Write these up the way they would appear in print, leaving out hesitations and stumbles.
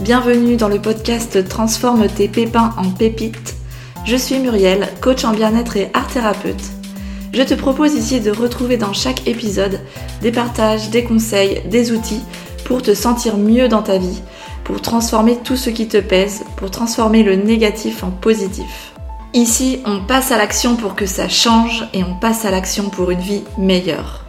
Bienvenue dans le podcast Transforme tes pépins en pépites. Je suis Muriel, coach en bien-être et art thérapeute. Je te propose ici de retrouver dans chaque épisode des partages, des conseils, des outils pour te sentir mieux dans ta vie, pour transformer tout ce qui te pèse, pour transformer le négatif en positif. Ici, on passe à l'action pour que ça change et on passe à l'action pour une vie meilleure.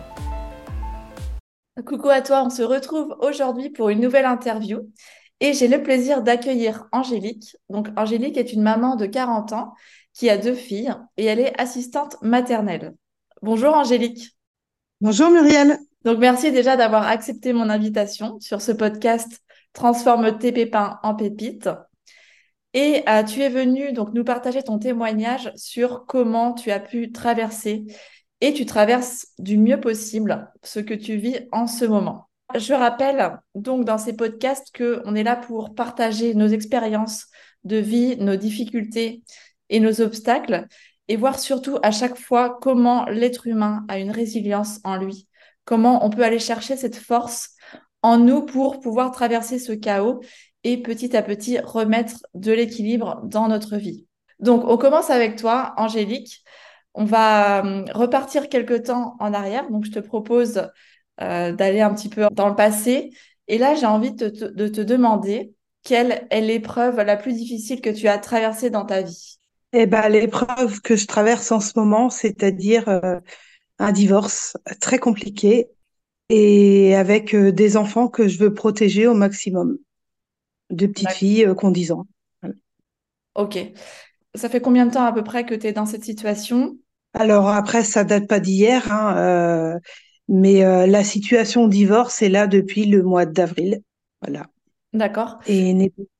Coucou à toi, on se retrouve aujourd'hui pour une nouvelle interview. Et j'ai le plaisir d'accueillir Angélique. Donc, Angélique est une maman de 40 ans qui a 2 filles et elle est assistante maternelle. Bonjour Angélique. Bonjour Muriel. Donc, merci déjà d'avoir accepté mon invitation sur ce podcast Transforme tes pépins en pépites. Et tu es venue donc nous partager ton témoignage sur comment tu as pu traverser et tu traverses du mieux possible ce que tu vis en ce moment. Je rappelle donc dans ces podcasts qu'on est là pour partager nos expériences de vie, nos difficultés et nos obstacles et voir surtout à chaque fois comment l'être humain a une résilience en lui, comment on peut aller chercher cette force en nous pour pouvoir traverser ce chaos et petit à petit remettre de l'équilibre dans notre vie. Donc, on commence avec toi, Angélique. On va repartir quelque temps en arrière. Donc, je te propose d'aller un petit peu dans le passé. Et là, j'ai envie de te demander quelle est l'épreuve la plus difficile que tu as traversée dans ta vie. L'épreuve que je traverse en ce moment, c'est-à-dire un divorce très compliqué et avec des enfants que je veux protéger au maximum. 2 petites D'ac- filles qui ont 10 ans. Voilà. Ok. Ça fait combien de temps à peu près que tu es dans cette situation? Alors après, ça date pas d'hier, hein, mais la situation divorce est là depuis le mois d'avril. Voilà. D'accord. Et n'est pas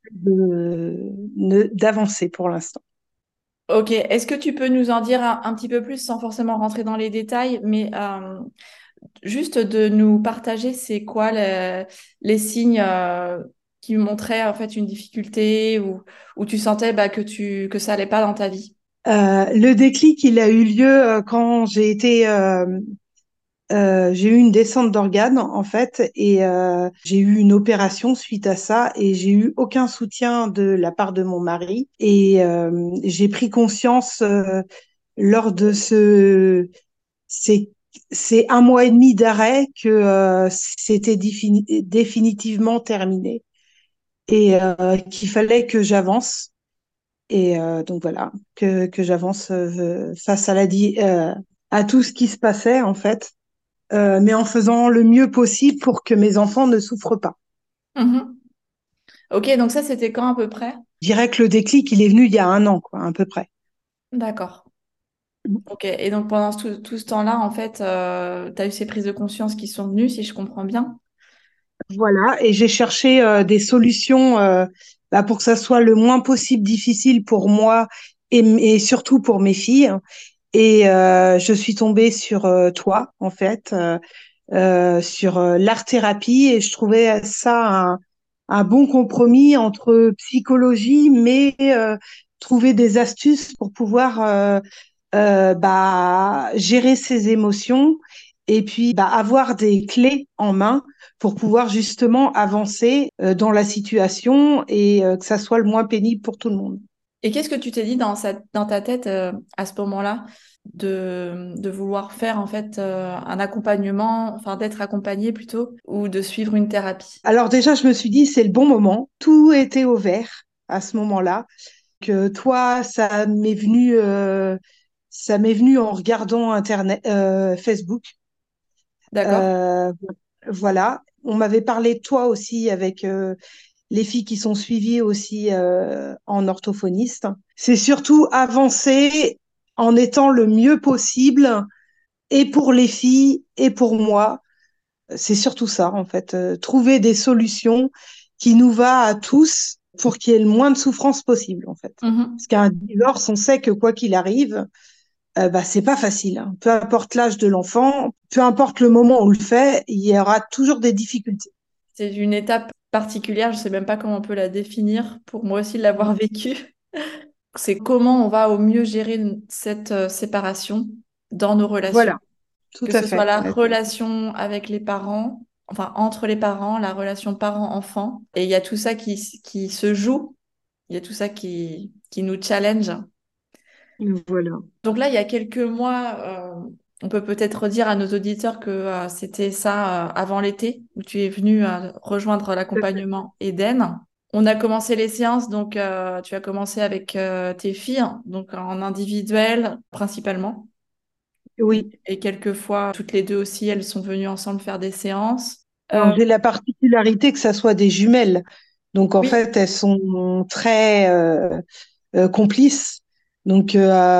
d'avancer pour l'instant. Ok. Est-ce que tu peux nous en dire un petit peu plus sans forcément rentrer dans les détails, mais juste de nous partager c'est quoi les signes qui montraient en fait une difficulté ou tu sentais que ça allait pas dans ta vie? Le déclic, il a eu lieu quand j'ai eu une descente d'organes en fait et j'ai eu une opération suite à ça et j'ai eu aucun soutien de la part de mon mari et j'ai pris conscience lors de ces, ces 1 mois et demi d'arrêt que c'était définitivement terminé et qu'il fallait que j'avance et donc voilà que j'avance face à à tout ce qui se passait en fait, mais en faisant le mieux possible pour que mes enfants ne souffrent pas. Mhm. Ok, donc ça c'était quand à peu près? Je dirais que le déclic, il est venu il y a un an, quoi, à peu près. D'accord. Ok, et donc pendant tout ce temps-là, en fait, tu as eu ces prises de conscience qui sont venues, si je comprends bien. Voilà, et j'ai cherché des solutions pour que ça soit le moins possible difficile pour moi et surtout pour mes filles. Et je suis tombée sur toi, en fait, sur l'art-thérapie, et je trouvais ça un bon compromis entre psychologie, mais trouver des astuces pour pouvoir gérer ses émotions et puis avoir des clés en main pour pouvoir justement avancer dans la situation et que ça soit le moins pénible pour tout le monde. Et qu'est-ce que tu t'es dit dans ta tête à ce moment-là de vouloir faire en fait un accompagnement, enfin d'être accompagné plutôt, ou de suivre une thérapie? Alors déjà, je me suis dit, c'est le bon moment. Tout était au vert à ce moment-là. Que toi, ça m'est venu en regardant Internet, Facebook. D'accord? Euh, voilà. On m'avait parlé de toi aussi avec les filles qui sont suivies aussi en orthophoniste. C'est surtout avancer en étant le mieux possible et pour les filles et pour moi. C'est surtout ça, en fait. Trouver des solutions qui nous va à tous pour qu'il y ait le moins de souffrance possible, en fait. Mhm. Parce qu'un divorce, on sait que quoi qu'il arrive, c'est pas facile, hein. Peu importe l'âge de l'enfant, peu importe le moment où on le fait, il y aura toujours des difficultés. C'est une étape particulière, je sais même pas comment on peut la définir, pour moi aussi l'avoir vécue. C'est comment on va au mieux gérer cette séparation dans nos relations. Voilà, tout Que à ce soit fait. la Ouais. relation avec les parents, enfin, entre les parents, la relation parent-enfant. Et il y a tout ça qui se joue, il y a tout ça qui nous challenge. Voilà. Donc là, il y a quelques mois, on peut peut-être dire à nos auditeurs que c'était ça avant l'été, où tu es venu rejoindre l'accompagnement Eden. On a commencé les séances, donc tu as commencé avec tes filles, donc en individuel principalement. Oui. Et quelquefois, toutes les deux aussi, elles sont venues ensemble faire des séances. Alors, j'ai la particularité que ça soit des jumelles. Donc, en Oui, fait, elles sont très complices. Donc,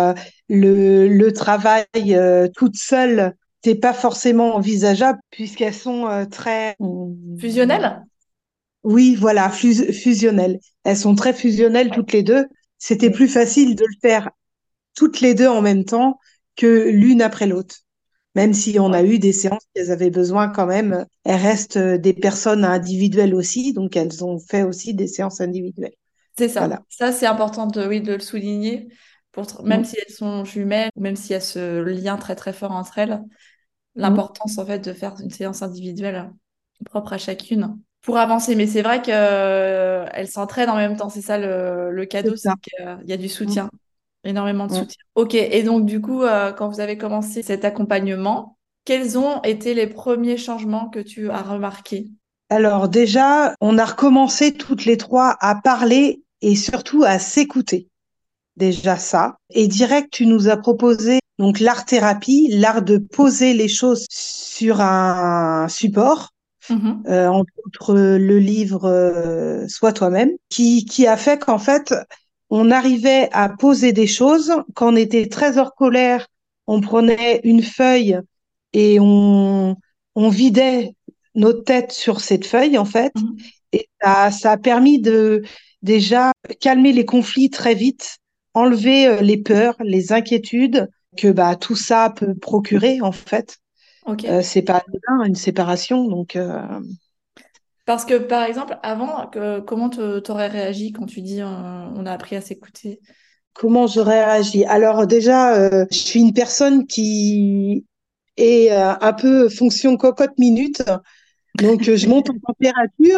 le travail toute seule, c'est pas forcément envisageable puisqu'elles sont très, fusionnel. oui, voilà, fusionnelles. Elles sont très fusionnelles toutes les deux. C'était Oui, plus facile de le faire toutes les deux en même temps que l'une après l'autre. Même si on a eu des séances qu'elles avaient besoin quand même, elles restent des personnes individuelles aussi, donc elles ont fait aussi des séances individuelles. c'est ça. Voilà. Ça, c'est important oui, de le souligner. Même Mm, si elles sont jumelles, même s'il y a ce lien très très fort entre elles, mm, l'importance en fait de faire une séance individuelle propre à chacune pour avancer. Mais c'est vrai qu'elles s'entraident en même temps. C'est ça le c'est cadeau, ça. c'est qu'il y a du Mm, soutien, énormément de mm. soutien. Ok, et donc du coup, quand vous avez commencé cet accompagnement, quels ont été les premiers changements que tu as remarqués? Alors déjà, on a recommencé toutes les trois à parler et surtout à s'écouter. Déjà ça. Et direct, tu nous as proposé donc l'art-thérapie, l'art de poser les choses sur un support, Mhm, entre autres le livre Sois toi-même, qui a fait qu'en fait, on arrivait à poser des choses. Quand on était très hors colère, on prenait une feuille et on vidait notre tête sur cette feuille, en fait. mhm. Et ça a permis de déjà calmer les conflits très vite, enlever les peurs, les inquiétudes que bah, tout ça peut procurer, en fait. Ok. C'est pas anodin, une séparation, donc Parce que par exemple, avant, comment t'aurais réagi quand tu dis on a appris à s'écouter? comment j'aurais réagi? Alors déjà, je suis une personne qui est un peu fonction cocotte minute, donc je monte en température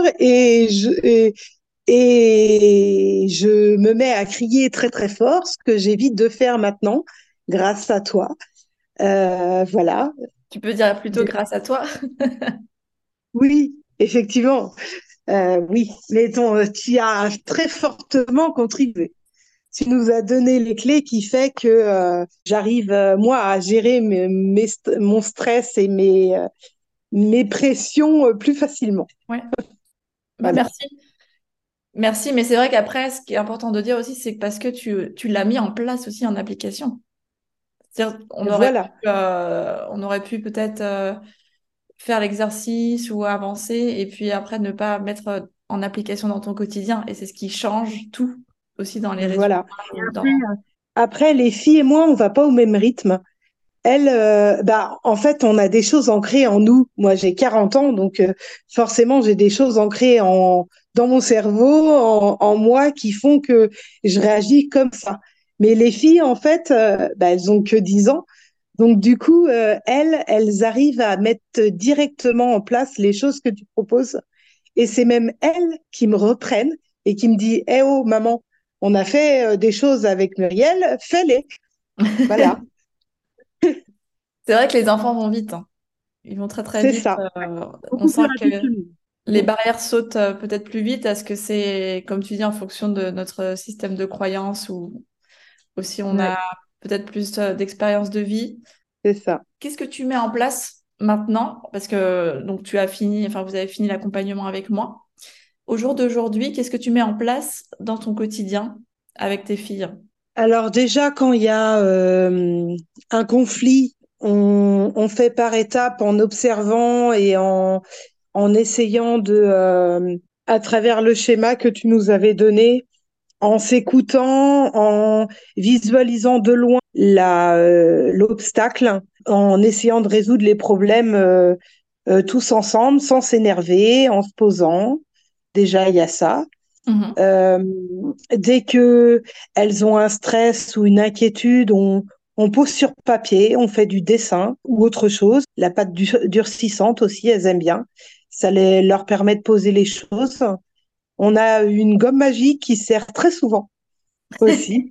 et je me mets à crier très très fort, ce que j'évite de faire maintenant, grâce à toi. Voilà. Tu peux dire plutôt grâce à toi. Oui, effectivement. Oui, mais tu as très fortement contribué. Tu nous as donné les clés qui fait que j'arrive, moi, à gérer mon stress et mes pressions plus facilement. Ouais. Bah, Voilà. merci. Merci, mais c'est vrai qu'après, ce qui est important de dire aussi, c'est que parce que tu l'as mis en place aussi en application. C'est-à-dire, Voilà. on aurait pu peut-être faire l'exercice ou avancer et puis après ne pas mettre en application dans ton quotidien. Et c'est ce qui change tout aussi dans les résultats Voilà. Et ou après, dans... après, les filles et moi, on va pas au même rythme. Elles, bah, en fait, on a des choses ancrées en nous. Moi, j'ai 40 ans, donc forcément, j'ai des choses ancrées dans mon cerveau, en moi, qui font que je réagis comme ça. Mais les filles, en fait, bah, elles ont que 10 ans. Donc, du coup, elles arrivent à mettre directement en place les choses que tu proposes. Et c'est même elles qui me reprennent et qui me disent, eh oh, maman, on a fait des choses avec Muriel, fais-les. Voilà, C'est vrai que les enfants vont vite, hein. Ils vont très très c'est vite. ça. On Beaucoup plus sent rapide que que nous. les barrières sautent peut-être plus vite. Est-ce que c'est, comme tu dis, en fonction de notre système de croyance ou aussi on Ouais, a peut-être plus d'expérience de vie? c'est ça. Qu'est-ce que tu mets en place maintenant? Parce que donc tu as fini, enfin vous avez fini l'accompagnement avec moi. Au jour d'aujourd'hui, qu'est-ce que tu mets en place dans ton quotidien avec tes filles? Alors déjà, quand il y a un conflit, on fait par étapes en observant et en essayant à travers le schéma que tu nous avais donné, en s'écoutant, en visualisant de loin l'obstacle, en essayant de résoudre les problèmes tous ensemble, sans s'énerver, en se posant. Déjà, il y a ça. Mhm. Euh, Dès que elles ont un stress ou une inquiétude, on pose sur papier, on fait du dessin ou autre chose. La pâte durcissante aussi, elles aiment bien. leur permet de poser les choses. On a une gomme magique qui sert très souvent aussi.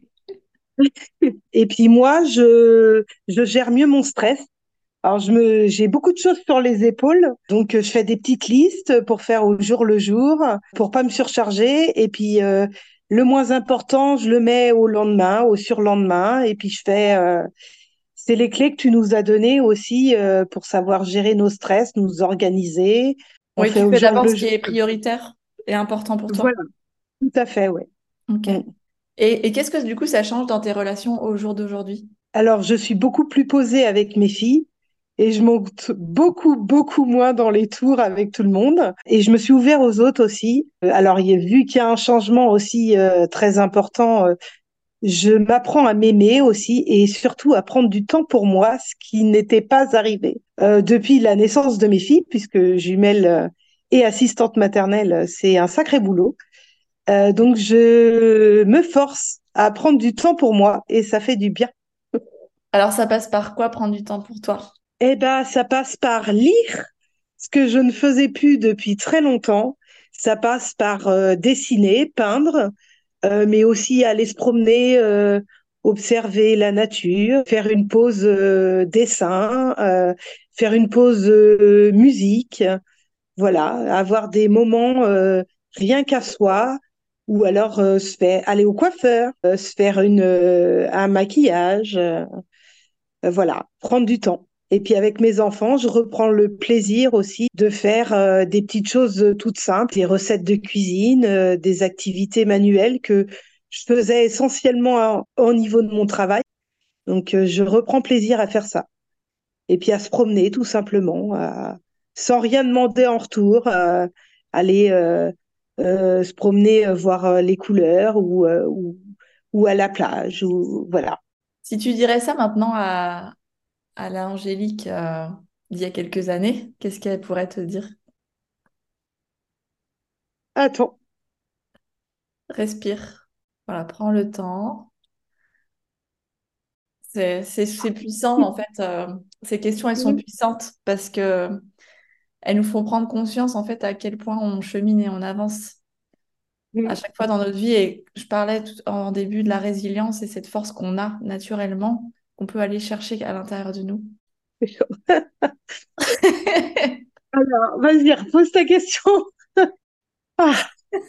Et puis moi, je gère mieux mon stress. Alors, j'ai beaucoup de choses sur les épaules, donc je fais des petites listes pour faire au jour le jour, pour pas me surcharger. Et puis, le moins important, je le mets au lendemain, au surlendemain. Et puis, c'est les clés que tu nous as données aussi pour savoir gérer nos stress, nous organiser. On Oui, fait tu au fais jour d'abord le ce qui jour. est prioritaire et important pour toi. Voilà, tout à fait, ouais. Ok. Mm. Et qu'est-ce que du coup ça change dans tes relations au jour d'aujourd'hui? Alors, je suis beaucoup plus posée avec mes filles et je monte beaucoup, beaucoup moins dans les tours avec tout le monde. Et je me suis ouvert aux autres aussi. Alors, vu qu'il y a un changement aussi très important, je m'apprends à m'aimer aussi et surtout à prendre du temps pour moi, ce qui n'était pas arrivé depuis la naissance de mes filles, puisque jumelle et assistante maternelle, c'est un sacré boulot. Donc, je me force à prendre du temps pour moi et ça fait du bien. Alors ça passe par quoi prendre du temps pour toi? Eh ben, ça passe par lire, ce que je ne faisais plus depuis très longtemps. Ça passe par dessiner, peindre, mais aussi aller se promener, observer la nature, faire une pause dessin, faire une pause musique. Voilà, avoir des moments rien qu'à soi, ou alors se faire aller au coiffeur, se faire un maquillage. Voilà, prendre du temps. Et puis avec mes enfants, je reprends le plaisir aussi de faire des petites choses toutes simples, des recettes de cuisine, des activités manuelles que je faisais essentiellement au niveau de mon travail. Donc je reprends plaisir à faire ça. Et puis à se promener tout simplement, sans rien demander en retour, aller se promener, voir les couleurs ou à la plage ou voilà. Si tu dirais ça maintenant à la Angélique d'il y a quelques années, qu'est-ce qu'elle pourrait te dire? Attends. Respire. Voilà, prends le temps. C'est puissant en fait. Ces questions, elles sont puissantes parce que elles nous font prendre conscience en fait à quel point on chemine et on avance à Mm. chaque fois dans notre vie. Et je parlais en début de la résilience et cette force qu'on a naturellement, qu'on peut aller chercher à l'intérieur de nous. Alors, vas-y, repose ta question. Ah,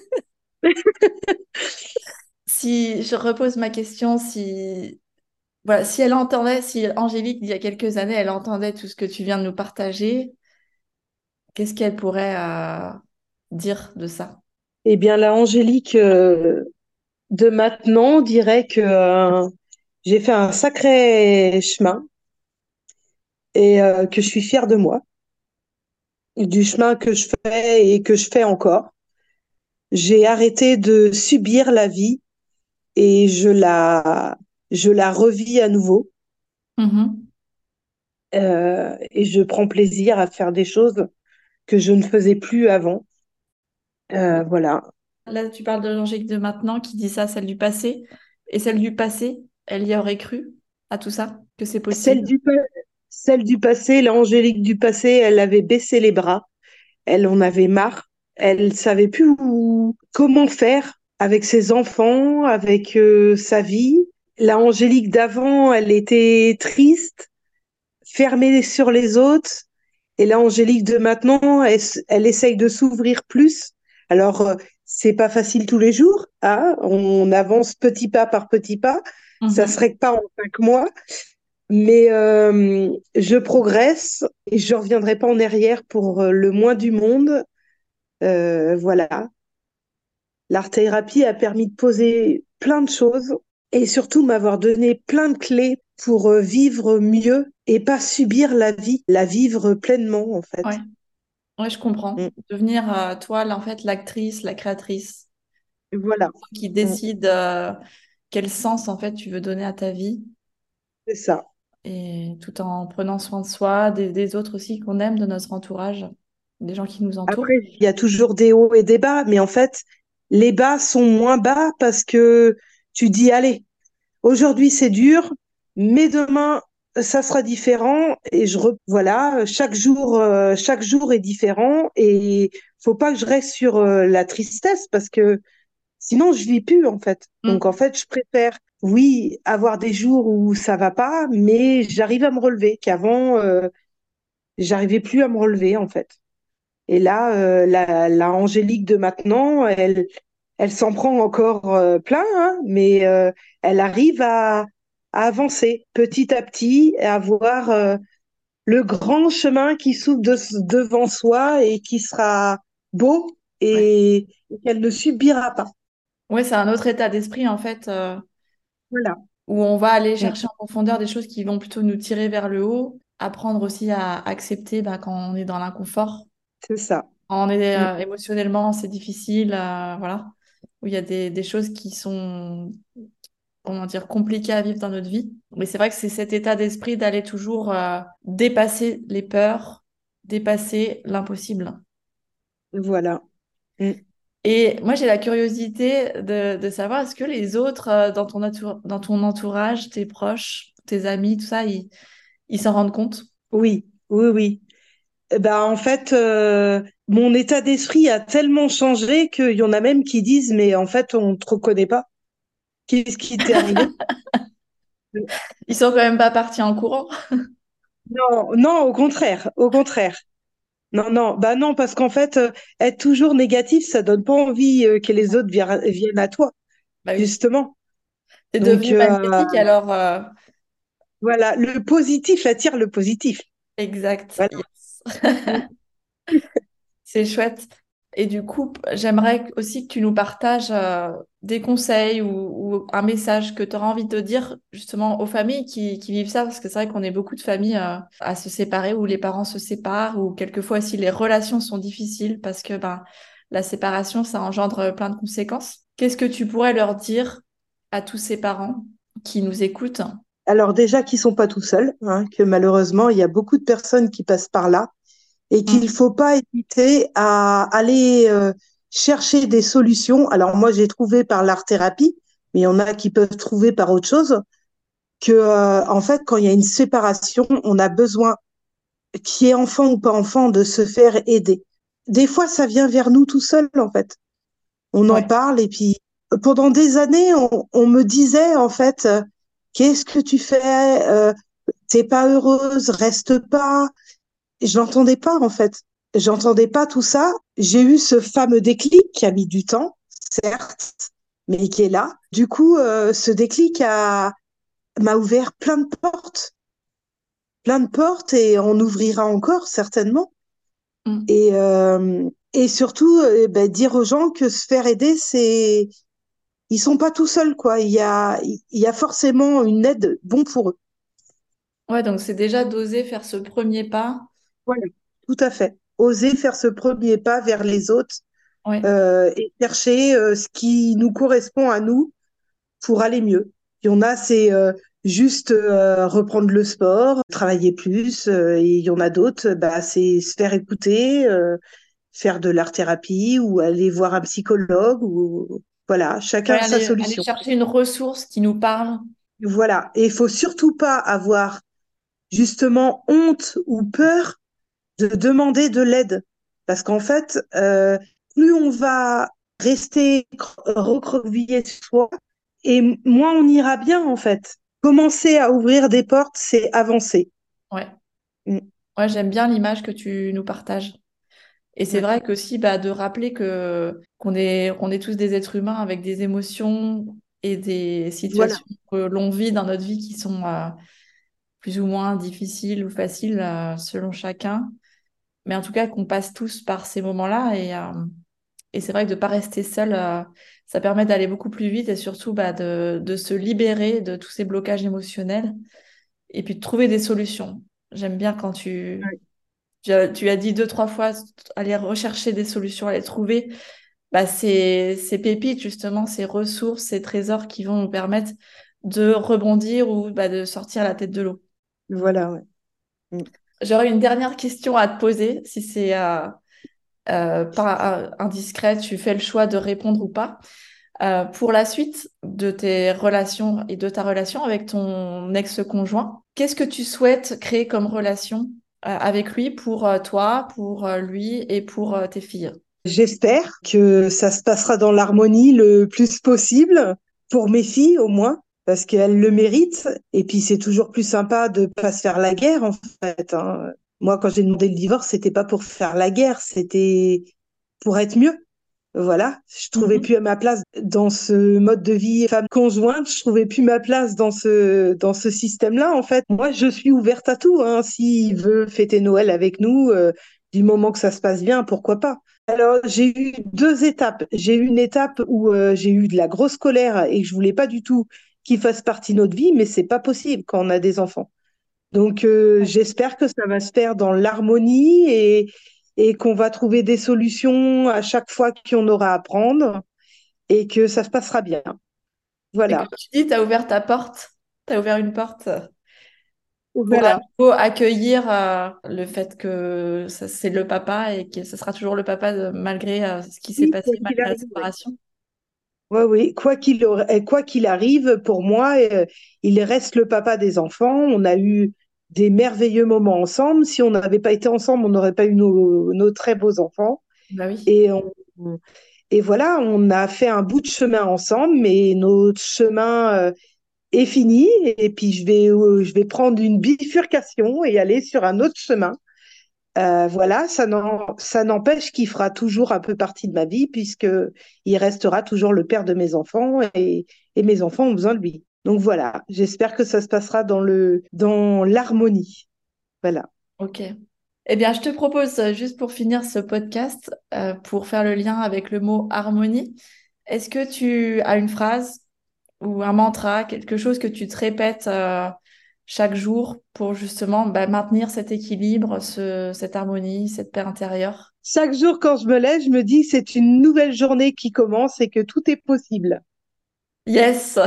Si je repose ma question, si voilà, si elle entendait, si Angélique il y a quelques années, elle entendait tout ce que tu viens de nous partager, qu'est-ce qu'elle pourrait dire de ça? eh bien, la Angélique de maintenant dirait que j'ai fait un sacré chemin et que je suis fière de moi, du chemin que je fais et que je fais encore. J'ai arrêté de subir la vie et je la revis à nouveau. Mhm. Et je prends plaisir à faire des choses que je ne faisais plus avant. Voilà. Là, tu parles de l'Angélique de maintenant qui dit ça, celle du passé. Et celle du passé, elle y aurait cru à tout ça, que c'est Celle possible. du, pa- celle du passé, l'Angélique du passé, elle avait baissé les bras. Elle en avait marre. Elle savait plus comment faire avec ses enfants, avec sa vie. La Angélique d'avant, elle était triste, fermée sur les autres. Et la Angélique de maintenant, elle essaye de s'ouvrir plus. Alors, c'est pas facile tous les jours, hein. On avance petit pas par petit pas. Ça Mhm. serait que pas en 5 mois. Mais je progresse et je reviendrai pas en arrière pour le moins du monde. Voilà. L'art-thérapie a permis de poser plein de choses et surtout m'avoir donné plein de clés pour vivre mieux et pas subir la vie, la vivre pleinement en Ouais, fait. ouais, je comprends. Mm. Devenir, toi, en fait, l'actrice, la créatrice, Voilà. qui Mm. décide quel sens, en fait, tu veux donner à ta vie. C'est ça. Et tout en prenant soin de soi, des autres aussi qu'on aime, de notre entourage, des gens qui nous entourent. Après, il y a toujours des hauts et des bas, mais en fait, les bas sont moins bas parce que tu dis, allez, aujourd'hui c'est dur, mais demain ça sera différent et voilà, chaque jour est différent et faut pas que je reste sur la tristesse parce que sinon je vis plus en fait. Donc en Mm. fait, je préfère, oui, avoir des jours où ça va pas, mais j'arrive à me relever qu'avant, j'arrivais plus à me relever en fait. Et là, la Angélique de maintenant, elle s'en prend encore plein, hein, mais elle arrive à avancer petit à petit, à voir le grand chemin qui s'ouvre devant soi et qui sera beau Ouais. et qu'elle ne subira pas. Ouais, c'est un autre état d'esprit en fait, Voilà. où on va aller Mm. chercher en profondeur des choses qui vont plutôt nous tirer vers le haut, apprendre aussi à accepter bah, quand on est dans l'inconfort, C'est ça. quand on est Mm. émotionnellement, c'est difficile, voilà, où il y a des choses qui sont, comment dire, compliquées à vivre dans notre vie. Mais c'est vrai que c'est cet état d'esprit d'aller toujours dépasser les peurs, dépasser l'impossible. Voilà. Mm. Et moi, j'ai la curiosité de savoir, est-ce que les autres dans ton entourage, tes proches, tes amis, tout ça, ils s'en rendent compte? Oui, oui, oui. Eh ben, en fait, mon état d'esprit a tellement changé qu'il y en a même qui disent, mais en fait, on ne te reconnaît pas. Qu'est-ce qui t'est arrivé? Ils sont quand même pas partis en courant. Non, non, au contraire, au contraire. Non, non, bah non, parce qu'en fait, être toujours négatif, ça donne pas envie que les autres viennent à toi, Bah oui, justement. c'est Donc, devenu magnétique alors. voilà, le positif attire le positif. Exact. Voilà. Yes. Mm. C'est chouette. Et du coup, j'aimerais aussi que tu nous partages des conseils ou un message que tu auras envie de dire justement aux familles qui vivent ça, parce que c'est vrai qu'on est beaucoup de familles à se séparer, où les parents se séparent, ou quelquefois aussi les relations sont difficiles parce que ben, la séparation, ça engendre plein de conséquences. Qu'est-ce que tu pourrais leur dire à tous ces parents qui nous écoutent? Alors déjà qu'ils sont pas tout seuls, hein, que malheureusement, il y a beaucoup de personnes qui passent par là et qu'il Mm. faut pas hésiter à aller chercher des solutions. Alors moi, j'ai trouvé par l'art-thérapie, mais il y en a qui peuvent trouver par autre chose, que en fait, quand il y a une séparation, on a besoin, qui est enfant ou pas enfant, de se faire aider. Des fois, ça vient vers nous tout seul, en fait. On en Ouais. parle et puis pendant des années, on me disait, en fait, qu'est-ce que tu fais? T'es pas heureuse, reste pas. Je l'entendais pas en fait. J'entendais pas tout ça. J'ai eu ce fameux déclic qui a mis du temps, certes, mais qui est là. Du coup, ce déclic m'a ouvert plein de portes et on ouvrira encore certainement. Mm. Et surtout, ben, dire aux gens que se faire aider, ils sont pas tout seuls quoi. Il y a forcément une aide bon pour eux. Ouais, donc c'est déjà d'oser faire ce premier pas. Voilà, tout à fait. Oser faire ce premier pas vers les autres Ouais. et chercher ce qui nous correspond à nous pour aller mieux. Il y en a, c'est juste reprendre le sport, travailler plus, et il y en a d'autres, bah, c'est se faire écouter, faire de l'art-thérapie ou aller voir un psychologue ou voilà, Ouais, chacun sa aller solution. chercher une ressource qui nous parle. Voilà, et il faut surtout pas avoir justement honte ou peur de demander de l'aide. Parce qu'en fait, plus on va rester recroquevillé sur soi, et moins on ira bien, en fait. Commencer à ouvrir des portes, c'est avancer. Ouais. Mm. Ouais, j'aime bien l'image que tu nous partages. Et c'est Ouais. vrai qu'aussi bah, de rappeler que qu'on est tous des êtres humains avec des émotions et des Voilà, situations que l'on vit dans notre vie qui sont plus ou moins difficiles ou faciles selon chacun. Mais en tout cas, qu'on passe tous par ces moments-là. Et c'est vrai que de ne pas rester seul, ça permet d'aller beaucoup plus vite et surtout bah, de se libérer de tous ces blocages émotionnels et puis de trouver des solutions. J'aime bien quand ouais. tu as dit deux, trois fois, aller rechercher des solutions, aller trouver bah, ces pépites, justement, ces ressources, ces trésors qui vont nous permettre de rebondir ou bah, de sortir la tête de l'eau. Voilà, ouais. Mm. J'aurais une dernière question à te poser, si c'est pas indiscret, tu fais le choix de répondre ou pas. Pour la suite de tes relations et de ta relation avec ton ex-conjoint, Qu'est-ce que tu souhaites créer comme relation avec lui pour toi, pour lui et pour tes filles? J'espère que ça se passera dans l'harmonie le plus possible, pour mes filles au moins, parce qu'elles le méritent. Et puis c'est toujours plus sympa de pas se faire la guerre, en fait, hein. Moi, quand j'ai demandé le divorce, c'était pas pour faire la guerre, c'était pour être mieux. Voilà, je trouvais Mhm. plus ma place dans ce mode de vie femme conjointe, je trouvais plus ma place dans ce système-là, en fait. Moi, je suis ouverte à tout, hein. S'il veut fêter Noël avec nous, du moment que ça se passe bien, pourquoi pas. Alors, j'ai eu deux étapes. J'ai eu une étape où j'ai eu de la grosse colère et que je voulais pas du tout qu'il fasse partie de notre vie, mais c'est pas possible quand on a des enfants. Donc, j'espère que ça va se faire dans l'harmonie et qu'on va trouver des solutions à chaque fois qu'on aura à prendre et que ça se passera bien. Et comme Voilà. tu dis, tu as ouvert ta porte, tu as ouvert une porte pour à Voilà. nouveau accueillir le fait que c'est le papa et que ce sera toujours le papa malgré ce qui s'est Oui, quoi passé, qu'il malgré la arrive, oui. séparation. Ouais, oui, quoi qu'il arrive, pour moi, il reste le papa des enfants. On a eu des merveilleux moments ensemble. Si on n'avait pas été ensemble, on n'aurait pas eu nos très beaux enfants. Bah oui. Et, et voilà, on a fait un bout de chemin ensemble, mais notre chemin, est fini. Et puis, je vais prendre une bifurcation et aller sur un autre chemin. Voilà, ça n'empêche qu'il fera toujours un peu partie de ma vie puisque il restera toujours le père de mes enfants et mes enfants ont besoin de lui. Donc voilà, j'espère que ça se passera dans l'harmonie. Voilà. Ok. Eh bien, je te propose, juste pour finir ce podcast, pour faire le lien avec le mot harmonie, est-ce que tu as une phrase ou un mantra, quelque chose que tu te répètes chaque jour pour justement maintenir cet équilibre, cette harmonie, cette paix intérieure? Chaque jour, quand je me lève, je me dis que c'est une nouvelle journée qui commence et que tout est possible. Yes!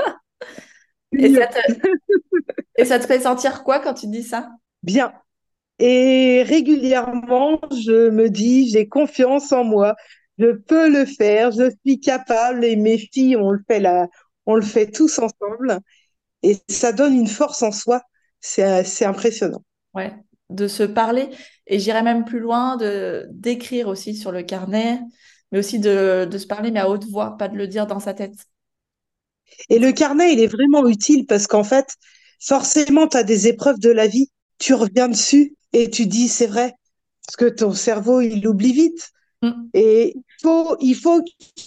C'est Et mieux. et ça te fait sentir quoi quand tu dis ça? Bien. Et régulièrement, je me dis, j'ai confiance en moi, je peux le faire, je suis capable et mes filles, on le fait tous ensemble et ça donne une force en soi. C'est impressionnant. Ouais, de se parler. Et j'irais même plus loin, de d'écrire aussi sur le carnet, mais aussi de se parler, mais à haute voix, pas de le dire dans sa tête. Et le carnet, il est vraiment utile parce qu'en fait, forcément, tu as des épreuves de la vie, tu reviens dessus et tu dis, c'est vrai, parce que ton cerveau, il oublie vite. Mm. Et il faut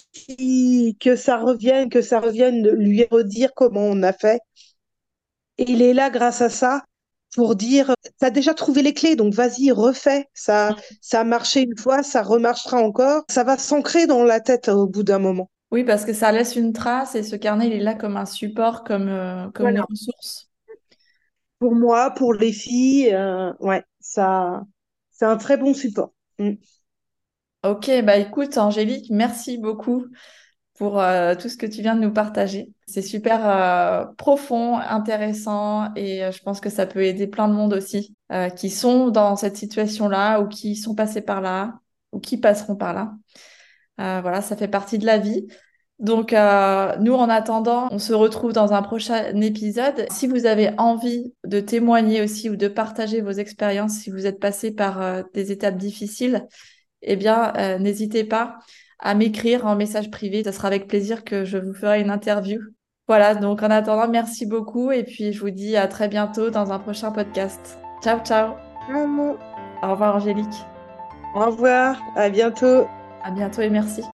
que ça revienne lui redire comment on a fait. Et il est là grâce à ça pour dire, tu as déjà trouvé les clés, donc vas-y, refais. Ça a marché une fois, ça remarchera encore. Ça va s'ancrer dans la tête au bout d'un moment. Oui, parce que ça laisse une trace et ce carnet, il est là comme un support, comme une Voilà. ressource. Pour moi, pour les filles, ouais, c'est un très bon support. Mm. Ok, bah écoute, Angélique, merci beaucoup pour tout ce que tu viens de nous partager. C'est super profond, intéressant et je pense que ça peut aider plein de monde aussi qui sont dans cette situation-là ou qui sont passés par là ou qui passeront par là. Voilà, ça fait partie de la vie. Donc, nous, en attendant, on se retrouve dans un prochain épisode. Si vous avez envie de témoigner aussi ou de partager vos expériences, si vous êtes passé par des étapes difficiles, eh bien, n'hésitez pas à m'écrire en message privé. Ce sera avec plaisir que je vous ferai une interview. Voilà, donc en attendant, merci beaucoup et puis je vous dis à très bientôt dans un prochain podcast. Ciao, ciao. Vraiment. Au revoir, Angélique. Au revoir, à bientôt. À bientôt et merci.